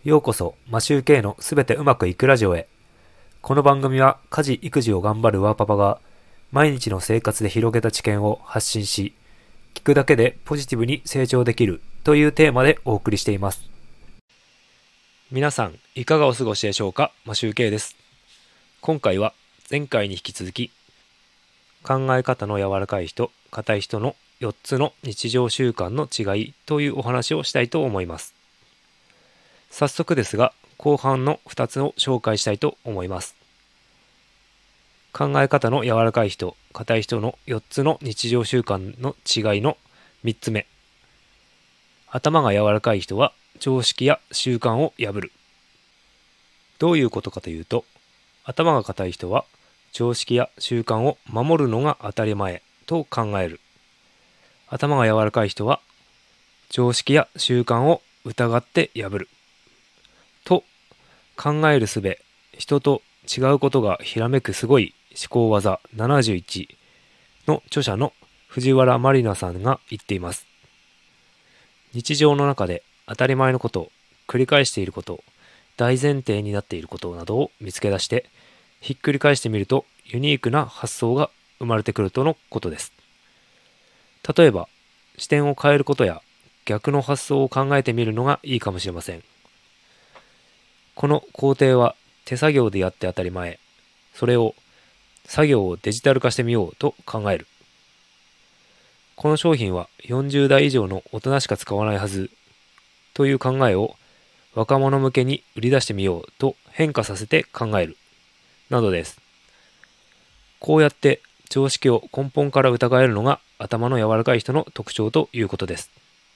ようこそ、マシューケイのすべてうまくいくラジオへ。この番組は家事・育児を頑張るワーパパが毎日の生活で広げた知見を発信し、聞くだけでポジティブに成長できるというテーマでお送りしています。皆さん、いかがお過ごしでしょうか。マシューケイです。今回は前回に引き続き、考え方の柔らかい人、硬い人の4つの日常習慣の違いというお話をしたいと思います。早速ですが、後半の2つを紹介したいと思います。考え方の柔らかい人、硬い人の4つの日常習慣の違いの3つ目。頭が柔らかい人は常識や習慣を破る。どういうことかというと、頭が硬い人は常識や習慣を守るのが当たり前と考える。頭が柔らかい人は常識や習慣を疑って破る。と考えるすべ、人と違うことがひらめくすごい思考技71の著者の藤原まりなさんが言っています。日常の中で当たり前のこと、繰り返していること、大前提になっていることなどを見つけ出して、ひっくり返してみるとユニークな発想が生まれてくるとのことです。例えば、視点を変えることや逆の発想を考えてみるのがいいかもしれません。この工程は手作業でやって当たり前。それを作業をデジタル化してみようと考える。この商品は40代以上の大人しか使わないはずという考えを若者向けに売り出してみようと変化させて考える。などです。こうやって常識を根本から疑えるのが頭の柔らかい人の特徴ということです。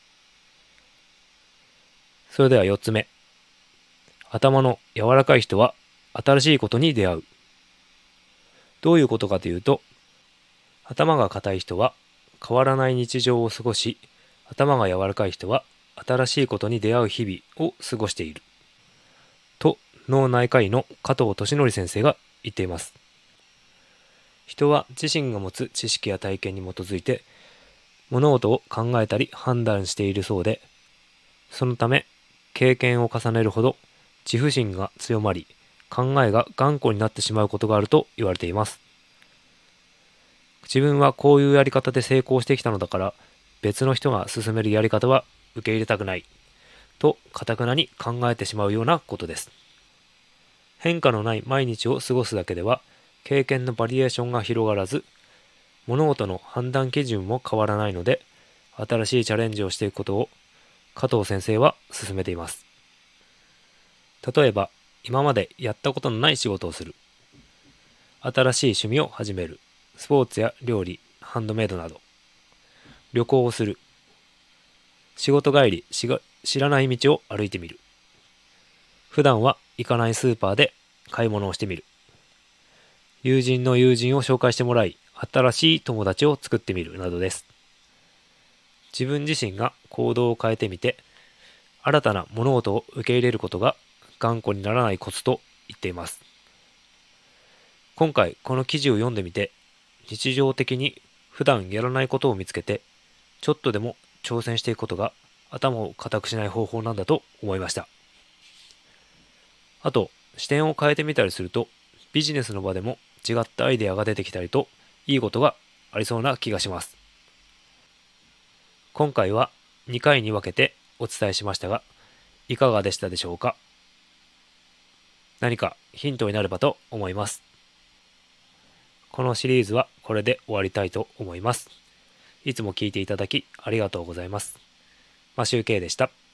それでは4つ目。頭の柔らかい人は新しいことに出会う。どういうことかというと、頭が硬い人は変わらない日常を過ごし、頭が柔らかい人は新しいことに出会う日々を過ごしている。と脳内科医の加藤俊則先生が言っています。人は自身が持つ知識や体験に基づいて物事を考えたり判断しているそうで、そのため経験を重ねるほど自負心が強まり、考えが頑固になってしまうことがあると言われています。自分はこういうやり方で成功してきたのだから、別の人が進めるやり方は受け入れたくないと堅くなに考えてしまうようなことです。変化のない毎日を過ごすだけでは経験のバリエーションが広がらず、物事の判断基準も変わらないので、新しいチャレンジをしていくことを加藤先生は勧めています。例えば、今までやったことのない仕事をする、新しい趣味を始める、スポーツや料理、ハンドメイドなど、旅行をする、仕事帰り知らない道を歩いてみる、普段は行かないスーパーで買い物をしてみる、友人の友人を紹介してもらい、新しい友達を作ってみるなどです。自分自身が行動を変えてみて、新たな物事を受け入れることが頑固にならないコツと言っています。今回この記事を読んでみて、日常的に普段やらないことを見つけて、ちょっとでも挑戦していくことが頭を固くしない方法なんだと思いました。あと、視点を変えてみたりすると、ビジネスの場でも違ったアイデアが出てきたりと、いいことがありそうな気がします。今回は2回に分けてお伝えしましたが、いかがでしたでしょうか。何かヒントになればと思います。このシリーズはこれで終わりたいと思います。いつも聞いていただきありがとうございます。マシュウケイでした。